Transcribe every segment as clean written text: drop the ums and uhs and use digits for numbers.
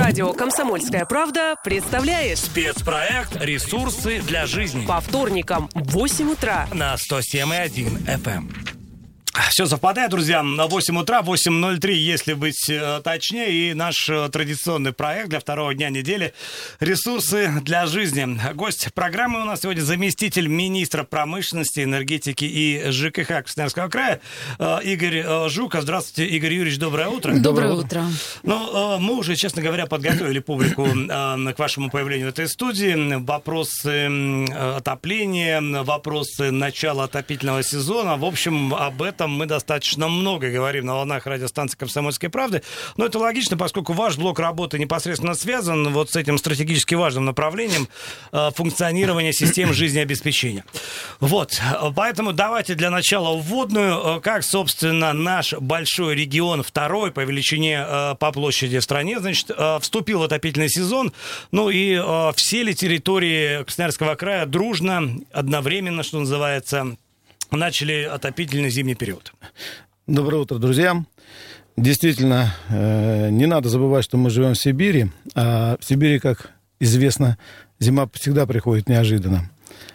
Радио «Комсомольская правда» представляет спецпроект «Ресурсы для жизни» по вторникам в 8 утра на 107,1 FM. Все совпадает, друзья. На 8 утра, 8:03, если быть точнее. И наш традиционный проект для второго дня недели «Ресурсы для жизни». Гость программы у нас сегодня заместитель министра промышленности, энергетики и ЖКХ Красноярского края Игорь Жуков. Здравствуйте, Игорь Юрьевич, доброе утро. Доброе утро. Ну, мы уже, честно говоря, подготовили публику к вашему появлению в этой студии. Вопросы отопления, вопросы начала отопительного сезона. В общем, об этом мы достаточно много говорим на волнах радиостанции «Комсомольской правды». Но это логично, поскольку ваш блок работы непосредственно связан вот с этим стратегически важным направлением функционирования систем жизнеобеспечения. Вот, поэтому давайте для начала вводную, как, собственно, наш большой регион, второй по величине по площади в стране, значит, вступил в отопительный сезон. Ну и все ли территории Красноярского края дружно, одновременно, что называется, начали отопительный зимний период? Доброе утро, друзья. Действительно, не надо забывать, что мы живем в Сибири, а в Сибири, как известно, зима всегда приходит неожиданно.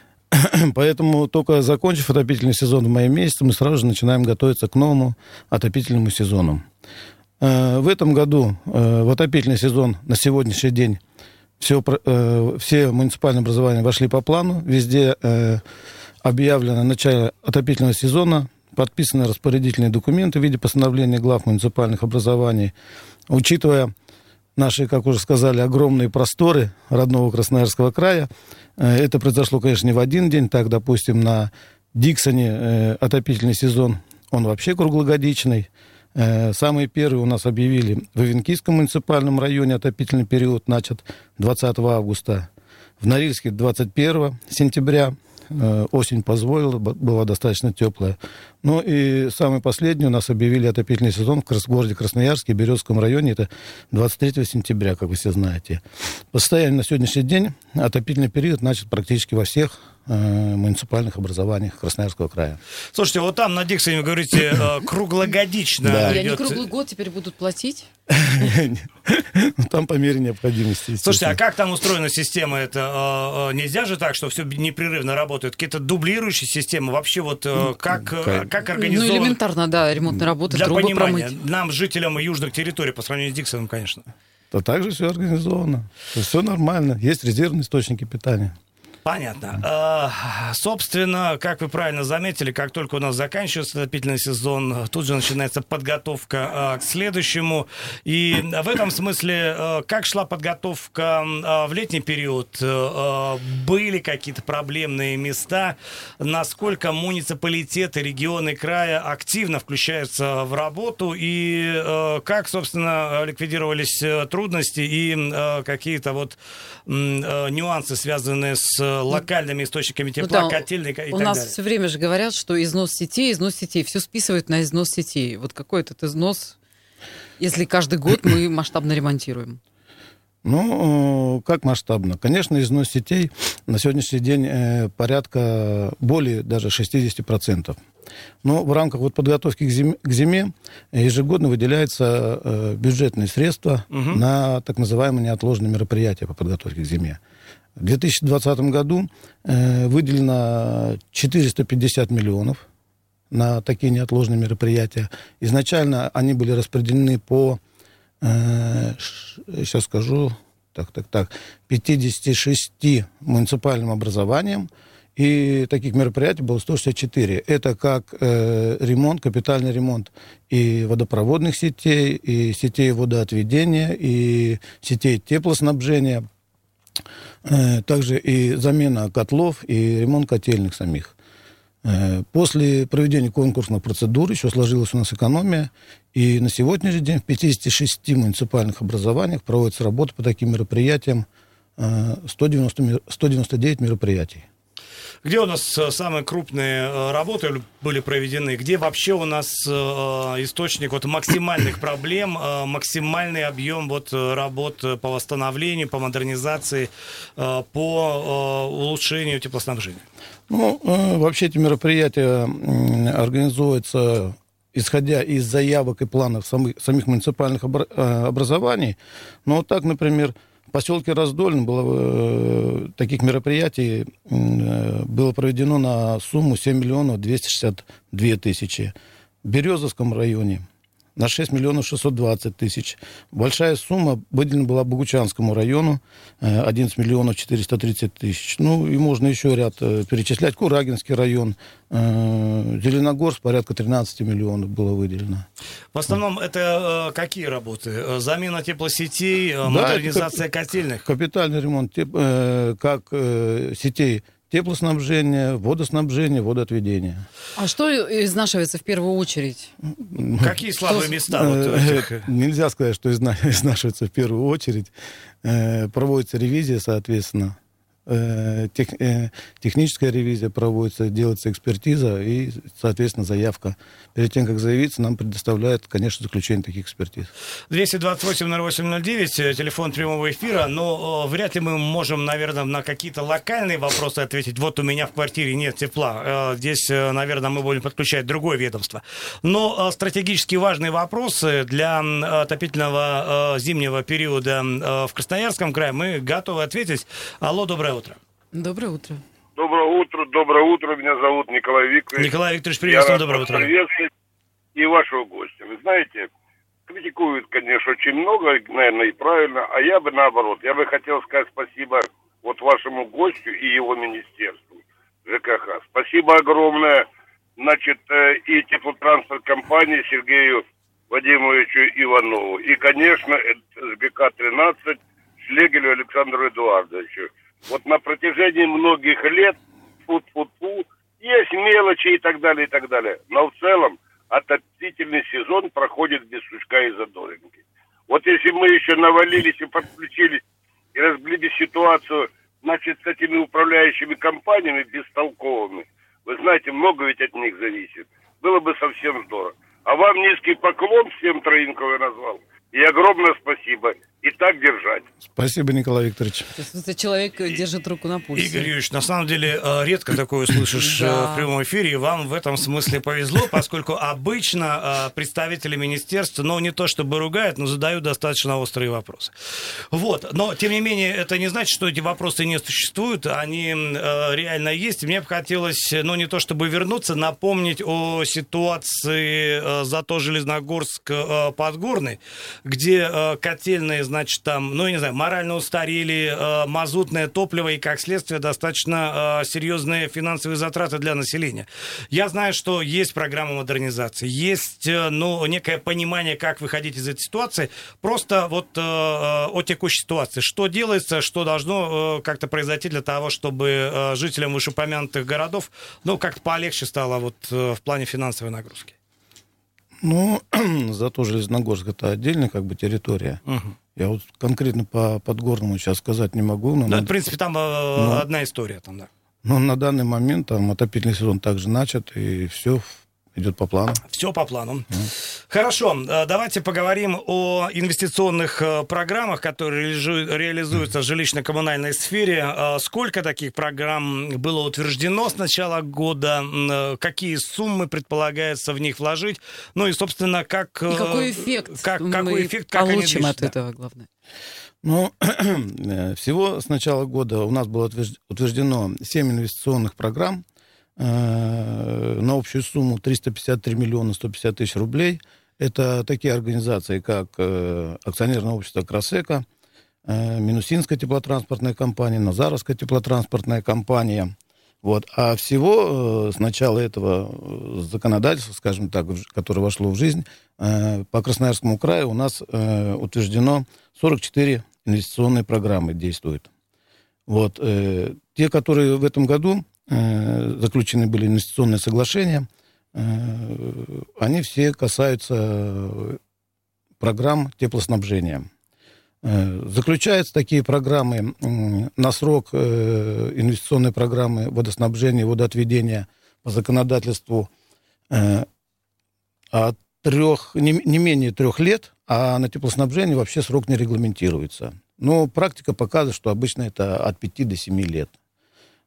Поэтому, только закончив отопительный сезон в мае месяце, мы сразу же начинаем готовиться к новому отопительному сезону. В этом году в отопительный сезон на сегодняшний день все муниципальные образования вошли по плану, везде объявлено начало отопительного сезона, подписаны распорядительные документы в виде постановления глав муниципальных образований. Учитывая наши, как уже сказали, огромные просторы родного Красноярского края, это произошло, конечно, не в один день. Так, допустим, на Диксоне отопительный сезон, он вообще круглогодичный. Самые первые у нас объявили в Ивенкийском муниципальном районе отопительный период, начат 20 августа, в Норильске 21 сентября. Осень позволила, была достаточно теплая. Ну и самый последний у нас объявили отопительный сезон в городе Красноярске, Березском районе. Это 23 сентября, как вы все знаете. По состоянию на сегодняшний день отопительный период начат практически во всех муниципальных образованиях Красноярского края. Слушайте, вот там на Диксоне, вы говорите, круглогодично. Да. И они круглый год теперь будут платить? Там по мере необходимости. Слушайте, а как там устроена система? Это нельзя же так, что все непрерывно работает? Какие-то дублирующие системы? Вообще вот как организовано? Ну, элементарно, да, ремонтные работы, для трубы понимания, промыть. Нам, жителям южных территорий, по сравнению с Диксоном, конечно. То также все организовано. Все нормально. Есть резервные источники питания. Понятно. Собственно, как вы правильно заметили, как только у нас заканчивается отопительный сезон, тут же начинается подготовка к следующему. И в этом смысле, как шла подготовка в летний период? Были какие-то проблемные места? Насколько муниципалитеты, регионы края активно включаются в работу? И как, собственно, ликвидировались трудности и какие-то вот нюансы, связанные с локальными источниками тепла, котельной и так далее? У нас все время же говорят, что износ сетей. Все списывают на износ сетей. Вот какой этот износ, если каждый год мы масштабно ремонтируем? Ну, как масштабно? Конечно, износ сетей на сегодняшний день порядка более даже 60%. Но в рамках вот подготовки к зиме ежегодно выделяются бюджетные средства на так называемые неотложные мероприятия по подготовке к зиме. В 2020 году выделено 450 миллионов на такие неотложные мероприятия. Изначально они были распределены по, сейчас скажу, 56 муниципальным образованиям. И таких мероприятий было 164. Это как ремонт, капитальный ремонт и водопроводных сетей, и сетей водоотведения, и сетей теплоснабжения. Также и замена котлов, и ремонт котельных самих. После проведения конкурсных процедур еще сложилась у нас экономия, и на сегодняшний день в 56 муниципальных образованиях проводится работа по таким мероприятиям, 199 мероприятий. Где у нас самые крупные работы были проведены? Где вообще у нас источник вот максимальных проблем, максимальный объем вот работ по восстановлению, по модернизации, по улучшению теплоснабжения? Ну, вообще эти мероприятия организуются исходя из заявок и планов самих муниципальных образований. Но вот так, например, в поселке Раздольно таких мероприятий было проведено на сумму 7 миллионов 262 тысячи. В Березовском районе на 6 миллионов 620 тысяч. Большая сумма выделена была Богучанскому району, 11 миллионов 430 тысяч. Ну, и можно еще ряд перечислять. Курагинский район, Зеленогорск, порядка 13 миллионов было выделено. В основном это какие работы? Замена теплосетей, модернизация котельных? Капитальный ремонт как сетей теплоснабжения, водоснабжения, водоотведения. А что изнашивается в первую очередь? Какие слабые места? Нельзя сказать, что изнашивается в первую очередь. Проводится ревизия, соответственно. Техническая ревизия проводится, делается экспертиза и, соответственно, заявка. Перед тем, как заявиться, нам предоставляют, конечно, заключение таких экспертиз. 228-08-09, телефон прямого эфира, но вряд ли мы можем, наверное, на какие-то локальные вопросы ответить. Вот у меня в квартире нет тепла. Здесь, наверное, мы будем подключать другое ведомство. Но стратегически важные вопросы для отопительного зимнего периода в Красноярском крае мы готовы ответить. Алло, доброе утро. Доброе утро. Доброе утро. Меня зовут Николай Викторович. Николай Викторович, приветствую, доброе утро. Приветствую и вашего гостя. Вы знаете, критикуют, конечно, очень много, наверное, и правильно, а я бы наоборот. Я бы хотел сказать спасибо вот вашему гостю и его министерству ЖКХ. Спасибо огромное, значит, и теплотранспорт компании Сергею Вадимовичу Иванову. И, конечно, СГК-13 Шлегелю Александру Эдуардовичу. Вот на протяжении многих лет, есть мелочи и так далее, и так далее. Но в целом отопительный сезон проходит без сучка и задоринки. Вот если мы еще навалились и подключились, и разбили ситуацию, значит, с этими управляющими компаниями бестолковыми, вы знаете, много ведь от них зависит. Было бы совсем здорово. А вам низкий поклон всем троим, кого я назвал. И огромное спасибо. И так держать. Спасибо, Николай Викторович. То есть человек держит руку на пульсе. Игорь Юрьевич, на самом деле редко такое слышишь в прямом эфире, и вам в этом смысле повезло, поскольку обычно представители министерства, не то чтобы ругают, но задают достаточно острые вопросы. Вот. Но, тем не менее, это не значит, что эти вопросы не существуют, они реально есть. Мне бы хотелось, не то чтобы вернуться, напомнить о ситуации зато Железногорск-Подгорный, где котельные, значит, там, морально устарели, мазутное топливо и, как следствие, достаточно серьезные финансовые затраты для населения. Я знаю, что есть программа модернизации, есть, некое понимание, как выходить из этой ситуации. Просто вот о текущей ситуации. Что делается, что должно как-то произойти для того, чтобы жителям вышеупомянутых городов, как-то полегче стало вот в плане финансовой нагрузки? Зато Железногорск — это отдельная территория. Угу. Я вот конкретно по Подгорному сейчас сказать не могу. В принципе, там одна история. Там, да. Но на данный момент там отопительный сезон также начат, и все идет по плану. Все по плану. Хорошо, давайте поговорим о инвестиционных программах, которые реализуются в жилищно-коммунальной сфере. Сколько таких программ было утверждено с начала года? Какие суммы предполагается в них вложить? И, собственно, какой эффект получим от этого, главное? Всего с начала года у нас было утверждено 7 инвестиционных программ на общую сумму 353 миллиона 150 тысяч рублей. Это такие организации, как акционерное общество «Красэко», Минусинская теплотранспортная компания, Назаровская теплотранспортная компания. Вот. А всего с начала этого законодательства, скажем так, которое вошло в жизнь, по Красноярскому краю у нас утверждено 44 инвестиционные программы действуют. Вот. Те, которые в этом году заключены были инвестиционные соглашения, они все касаются программ теплоснабжения. Заключаются такие программы на срок инвестиционной программы водоснабжения и водоотведения по законодательству от не менее 3 лет, а на теплоснабжение вообще срок не регламентируется. Но практика показывает, что обычно это от 5 до 7 лет.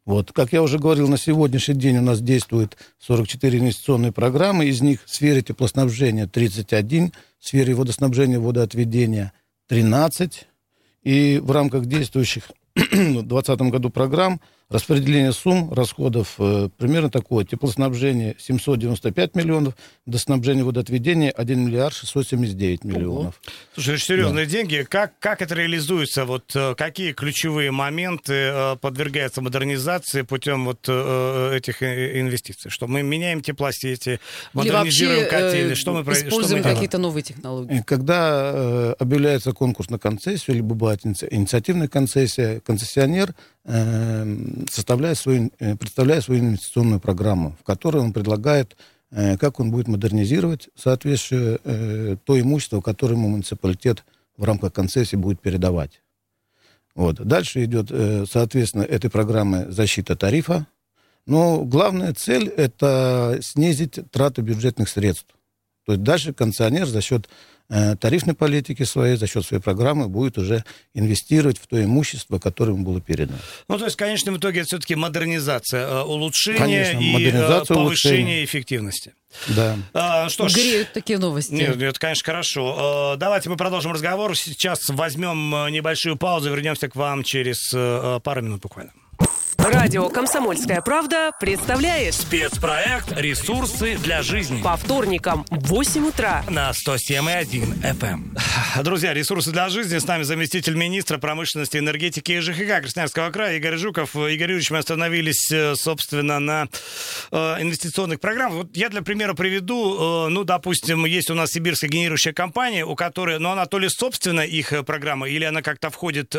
Вот. Как я уже говорил, на сегодняшний день у нас действует 44 инвестиционные программы, из них в сфере теплоснабжения 31, в сфере водоснабжения, водоотведения 13, и в рамках действующих в 2020 году программ распределение сумм расходов примерно такое. Теплоснабжение 795 миллионов, водоснабжение, водоотведение 1 миллиард 679 миллионов. Слушай, это серьезные деньги. Как это реализуется? Вот какие ключевые моменты подвергаются модернизации путем вот этих инвестиций? Что мы меняем теплосети, модернизируем котельные? Что мы используем какие-то новые технологии? Когда объявляется конкурс на концессию, либо бывает инициативная концессия, концессионер представляет свою инвестиционную программу, в которой он предлагает, как он будет модернизировать соответствующее то имущество, которое ему муниципалитет в рамках концессии будет передавать. Вот. Дальше идет, соответственно, этой программы защита тарифа. Но главная цель – это снизить траты бюджетных средств. То есть дальше концессионер за счет тарифной политики своей, за счет своей программы будет уже инвестировать в то имущество, которое ему было передано. Ну, то есть в конечном итоге это все-таки модернизация, улучшение. Конечно, и повышение улучшение. Эффективности. Да. Что ж, греют такие новости. Нет, это, конечно, хорошо. Давайте мы продолжим разговор. Сейчас возьмем небольшую паузу, вернемся к вам через пару минут буквально. Радио «Комсомольская правда» представляет Спецпроект «Ресурсы для жизни». по вторникам в 8 утра На 107,1 FM. Друзья, «Ресурсы для жизни». С нами заместитель министра промышленности, энергетики и ЖКХ Красноярского края Игорь Жуков. Игорь Юрьевич, мы остановились, собственно, на инвестиционных программах. Вот я для примера приведу. Допустим, есть у нас сибирская генерирующая компания, у которой, она то ли собственная их программа, или она как-то входит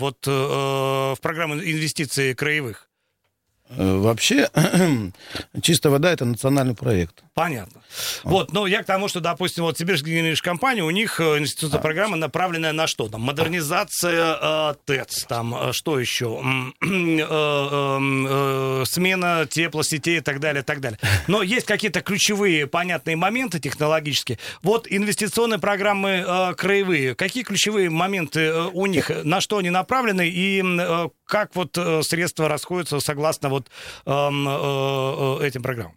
в программу инвестиций краевых. Вообще, «Чистая вода» — это национальный проект. Понятно. Вот, я к тому, что, допустим, Сибирская генерирующая компания, у них инвестиционная программа направленная на что? Там, модернизация ТЭЦ, там, что еще? Смена теплосетей и так далее, и так далее. Но есть какие-то ключевые, понятные моменты технологические. Вот инвестиционные программы краевые, какие ключевые моменты у них? На что они направлены и как средства расходятся согласно этим программам?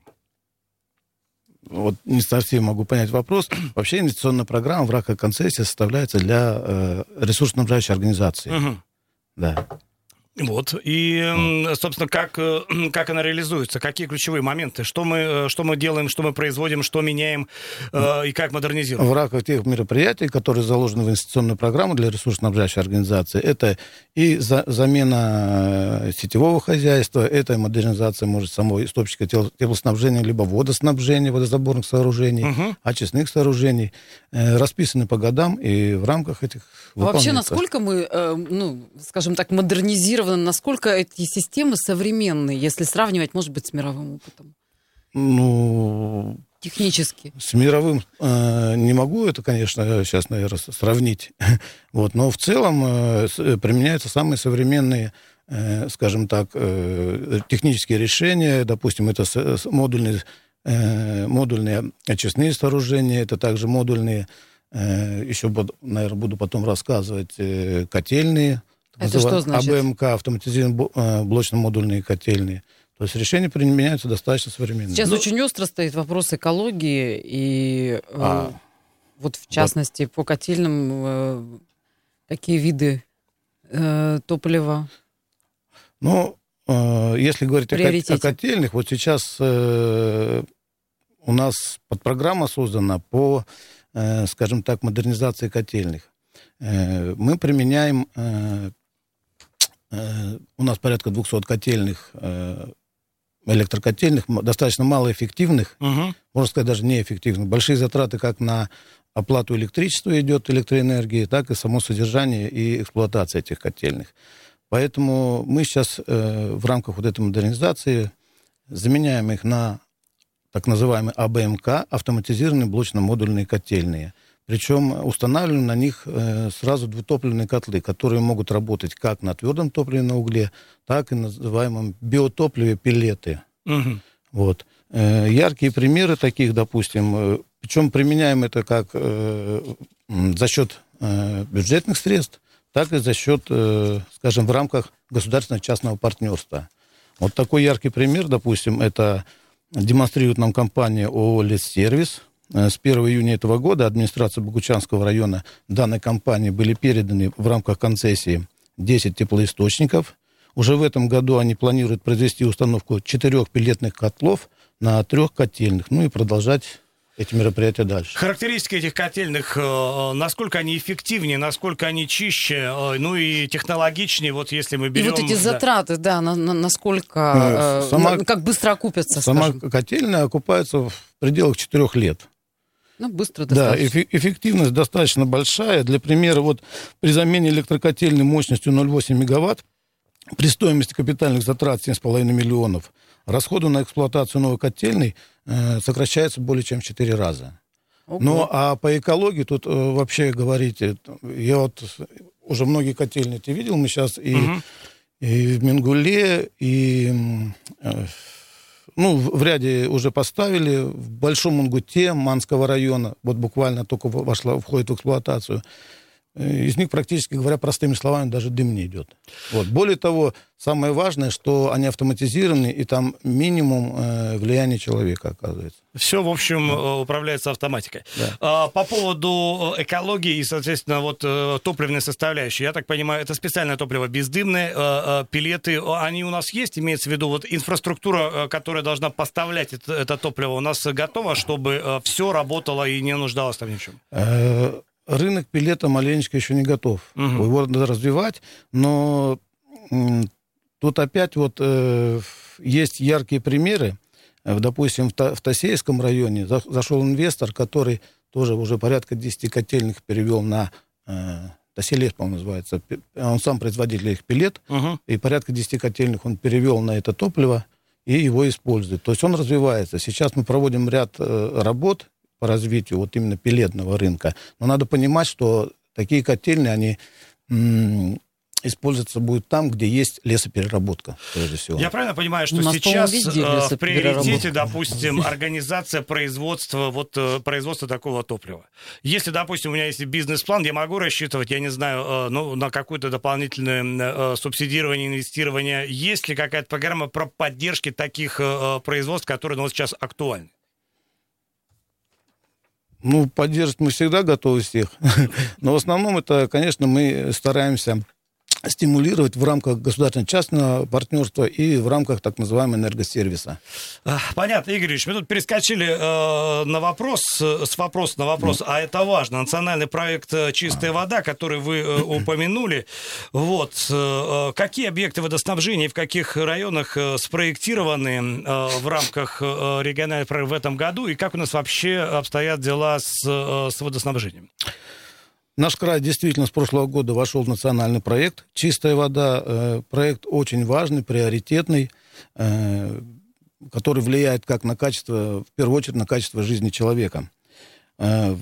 Не совсем могу понять вопрос. Вообще инвестиционная программа в рамках концессии составляется для ресурсоснабжающей организации. Угу. Да. И, собственно, как она реализуется? Какие ключевые моменты? Что мы делаем, что мы производим, что меняем и как модернизируем? В рамках тех мероприятий, которые заложены в инвестиционную программу для ресурсоснабжающей организации, это и замена сетевого хозяйства, это модернизация, самого источника теплоснабжения, либо водоснабжения, водозаборных сооружений, очистных сооружений, расписаны по годам и в рамках этих Вообще, насколько мы, скажем так, модернизированы, насколько эти системы современные, если сравнивать, может быть, с мировым опытом? Технически. С мировым не могу это, конечно, сейчас, наверное, сравнить. Но в целом применяются самые современные, скажем так, технические решения. Допустим, это модульные очистные сооружения, это также модульные, еще, наверное, буду потом рассказывать, котельные. Это что значит? АБМК, автоматизированные блочно-модульные котельные. То есть решения применяются достаточно современные. Сейчас очень остро стоит вопрос экологии, и в частности по котельным какие виды топлива? Если говорить о котельных, сейчас у нас подпрограмма создана по, скажем так, модернизации котельных. Мы применяем, у нас порядка 200 котельных, электрокотельных, достаточно малоэффективных, можно сказать, даже неэффективных. Большие затраты как на оплату электричества идет, электроэнергии, так и само содержание и эксплуатация этих котельных. Поэтому мы сейчас в рамках этой модернизации заменяем их на так называемые АБМК, автоматизированные блочно-модульные котельные. Причем устанавливаем на них сразу двутопливные котлы, которые могут работать как на твердом топливе на угле, так и на называемом биотопливе пеллеты. Яркие примеры таких, допустим, причем применяем это как за счет бюджетных средств, так и за счет, скажем, в рамках государственно-частного партнерства. Вот такой яркий пример, допустим, это демонстрирует нам компания ООО «Лессервис». С 1 июня этого года администрации Богучанского района данной компании были переданы в рамках концессии 10 теплоисточников. Уже в этом году они планируют произвести установку 4 пеллетных котлов на 3 котельных, ну и продолжать эти мероприятия дальше. Характеристики этих котельных, насколько они эффективнее, насколько они чище, ну и технологичнее, вот если мы берем... И вот эти затраты, да, насколько, как быстро окупятся, Сама скажем. котельная окупается в пределах 4 лет. Ну, быстро достаточно. Да, эффективность достаточно большая. Для примера, вот при замене электрокотельной мощностью 0,8 мегаватт, при стоимости капитальных затрат 7,5 миллионов, расходы на эксплуатацию новой котельной сокращаются более чем в 4 раза. Ну, а по экологии тут вообще говорить, я вот уже многие котельные ты видел, мы сейчас и в Мингуле, и в ряде уже поставили, в Большом Унгуте Манского района, вот буквально только входит в эксплуатацию. Из них, практически говоря, простыми словами, даже дым не идет. Вот. Более того, самое важное, что они автоматизированы, и там минимум влияния человека оказывается. Все, в общем, управляется автоматикой. Да. По поводу экологии и, соответственно, вот топливной составляющей. Я так понимаю, это специальное топливо бездымное, пеллеты, они у нас есть? Имеется в виду вот инфраструктура, которая должна поставлять это топливо, у нас готова, чтобы все работало и не нуждалось там ни в чем? Рынок пеллета маленечко еще не готов. Его надо развивать, но тут опять вот есть яркие примеры. Допустим, в Тасейском районе зашел инвестор, который тоже уже порядка 10 котельных перевел на Таселес, по-моему, называется. Он сам производитель их пеллет, и порядка 10 котельных он перевел на это топливо и его использует. То есть он развивается. Сейчас мы проводим ряд работ по развитию вот именно пеллетного рынка. Но надо понимать, что такие котельные, они использоваться будут там, где есть лесопереработка, прежде всего. Я правильно понимаю, что сейчас в приоритете, допустим, организация производства такого топлива? Если, допустим, у меня есть бизнес-план, я могу рассчитывать, я не знаю, на какое-то дополнительное субсидирование, инвестирование. Есть ли какая-то программа про поддержки таких производств, которые сейчас актуальны? Поддерживать мы всегда готовы всех. Но в основном это, конечно, мы стараемся стимулировать в рамках государственно-частного партнерства и в рамках так называемого энергосервиса. Понятно, Игорь Ильич, мы тут перескочили с вопроса на вопрос, а это важно. Национальный проект «Чистая вода», который вы упомянули. Вот. Какие объекты водоснабжения и в каких районах спроектированы в рамках регионального проекта в этом году, и как у нас вообще обстоят дела с водоснабжением? Наш край действительно с прошлого года вошел в национальный проект «Чистая вода». Проект очень важный, приоритетный, который влияет как на качество, в первую очередь, на качество жизни человека. В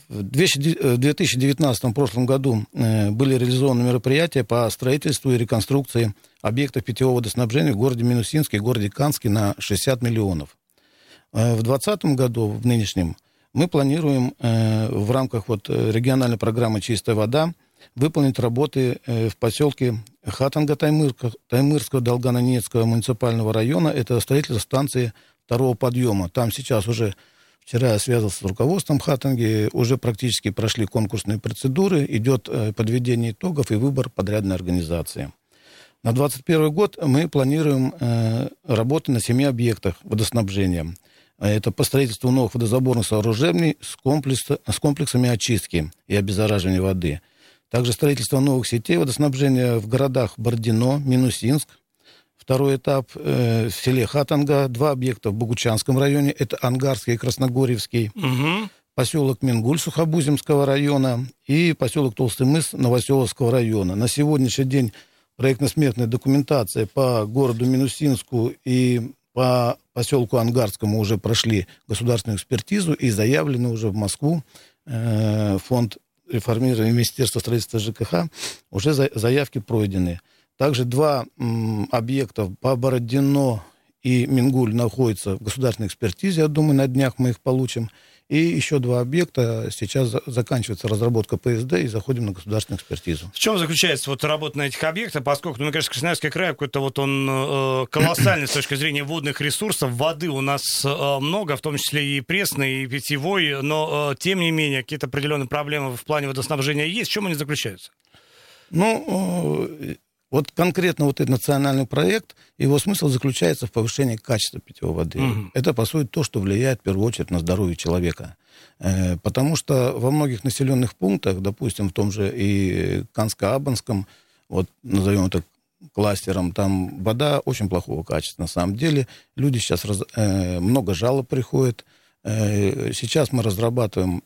2019 прошлом году были реализованы мероприятия по строительству и реконструкции объектов питьевого водоснабжения в городе Минусинске и городе Канске на 60 миллионов. В 2020 году, в нынешнем, мы планируем в рамках региональной программы «Чистая вода» выполнить работы в поселке Хатанга Таймырского Долгано-Ненецкого муниципального района. Это строительство станции второго подъема. Там сейчас уже, вчера я связался с руководством Хатанги, уже практически прошли конкурсные процедуры, идет подведение итогов и выбор подрядной организации. На 2021 год мы планируем работы на 7 объектах водоснабжения. Это по строительству новых водозаборных сооружений с комплексами очистки и обеззараживания воды. Также строительство новых сетей водоснабжения в городах Бородино, Минусинск. Второй этап в селе Хатанга. 2 объекта в Богучанском районе. Это Ангарский и Красногорьевский. Поселок Мингуль Сухобузимского района. И поселок Толстый мыс Новоселовского района. На сегодняшний день проектно-сметная документация по городу Минусинску и по поселку Ангарскому уже прошли государственную экспертизу и заявлены уже в Москву фонд реформирования Министерства строительства ЖКХ. Уже заявки пройдены. Также 2 объекта по Бородино и Мингуль находятся в государственной экспертизе. Я думаю, на днях мы их получим. И еще 2 объекта. Сейчас заканчивается разработка ПСД и заходим на государственную экспертизу. В чем заключается вот работа на этих объектах, поскольку, мне кажется, Красноярский край какой-то вот он колоссальный с точки зрения водных ресурсов. Воды у нас много, в том числе и пресной, и питьевой, но тем не менее какие-то определенные проблемы в плане водоснабжения есть. В чем они заключаются? Ну, вот конкретно вот этот национальный проект, его смысл заключается в повышении качества питьевой воды. Это, по сути, то, что влияет в первую очередь на здоровье человека. Потому что во многих населенных пунктах, допустим, в том же и Канско-Абанском, вот назовем это кластером, там вода очень плохого качества. На самом деле люди сейчас много жалоб приходит. Сейчас мы разрабатываем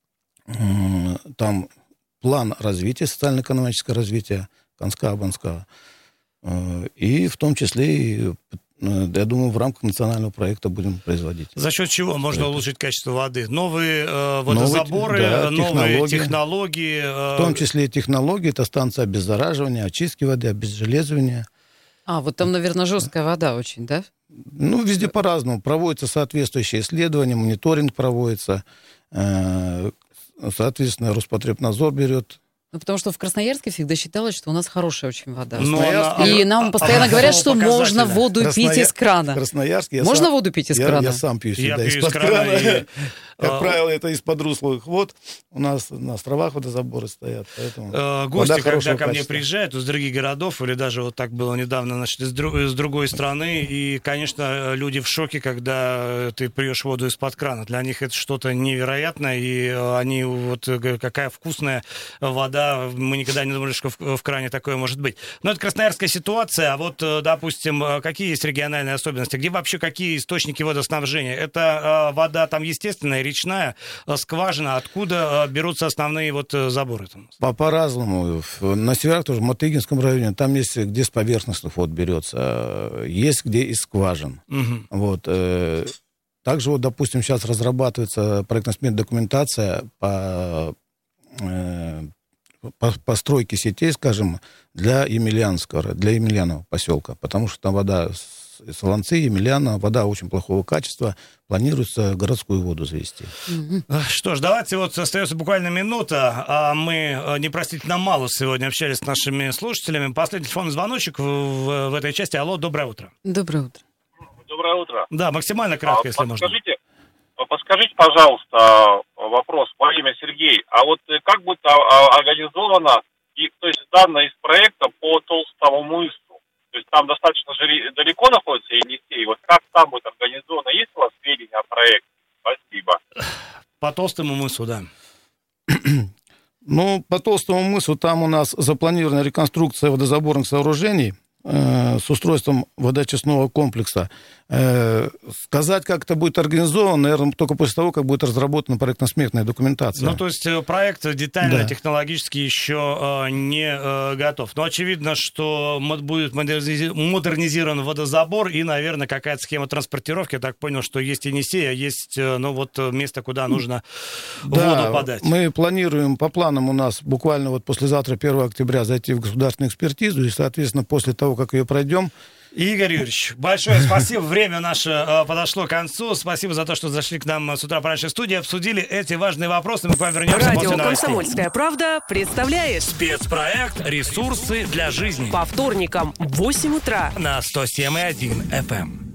там план развития, социально-экономического развития Канско-Абанского. И в том числе, я думаю, в рамках национального будем производить. За счет чего можно улучшить качество воды? Новые водозаборы, новые технологии. В том числе и технологии. Это станция обеззараживания, очистки воды, обезжелезывания. Вот там, наверное, жесткая вода очень, да? Ну, везде по-разному. Проводятся соответствующие исследования, мониторинг проводится. Соответственно, Роспотребнадзор берет. Ну, потому что в Красноярске всегда считалось, что у нас хорошая очень вода. И нам постоянно говорят, что можно воду пить из крана. Красноярске можно воду пить из крана? Я сам пью всегда из-под крана. Как правило, это из-под русловых вод. У нас на островах водозаборы стоят. Гости, когда ко мне приезжают из других городов, или даже вот так было недавно, значит, из другой страны, и, конечно, люди в шоке, когда ты пьешь воду из-под крана. Для них это что-то невероятное, и они вот какая вкусная вода, мы никогда не думали, что в кране такое может быть. Но это красноярская ситуация, а вот, допустим, какие есть региональные особенности? Где вообще какие источники водоснабжения? Это вода там естественная, речная, скважина, откуда берутся основные вот заборы? По-разному. На северах тоже, в Мотыгинском районе, там есть, где с поверхностных вод берется, есть где из скважин. Вот. Также, вот, допустим, сейчас разрабатывается проектно-сметная документация по постройке сетей, скажем, для Емельянова поселка, потому что там вода Солонцы, Емельяна, вода очень плохого качества, планируется городскую воду завести. Что ж, давайте, вот остается буквально минута, а мы непростительно мало сегодня общались с нашими слушателями. Последний телефонный звоночек в этой части. Алло, доброе утро. Доброе утро. Доброе утро. Да, максимально кратко, если можно. Подскажите, пожалуйста, вопрос во имя Сергей. А вот как будет организовано, то есть данные из проекта по Толстому мысу? То есть там достаточно же далеко находится Енисей. Вот как там будет организовано? Есть у вас сведения о проекте? Спасибо. По Толстому мысу, да. Ну, по Толстому мысу там у нас запланирована реконструкция водозаборных сооружений с устройством водоочистного комплекса. Сказать, как это будет организовано, наверное, только после того, как будет разработана проектно-сметная документация. Ну, то есть проект детально, технологически еще не готов. Но очевидно, что будет модернизирован водозабор и, наверное, какая-то схема транспортировки. Я так понял, что есть Енисей, а есть место, куда нужно воду подать. Мы планируем, по планам у нас буквально вот послезавтра, 1 октября, зайти в государственную экспертизу, и, соответственно, после того, как ее пройдем. Игорь Юрьевич, большое спасибо. Время наше подошло к концу. Спасибо за то, что зашли к нам с утра пораньше в студию, обсудили эти важные вопросы. Мы к вам вернемся после новостей. Радио «Комсомольская правда» представляет спецпроект «Ресурсы для жизни». По вторникам в 8 утра на 107,1 FM.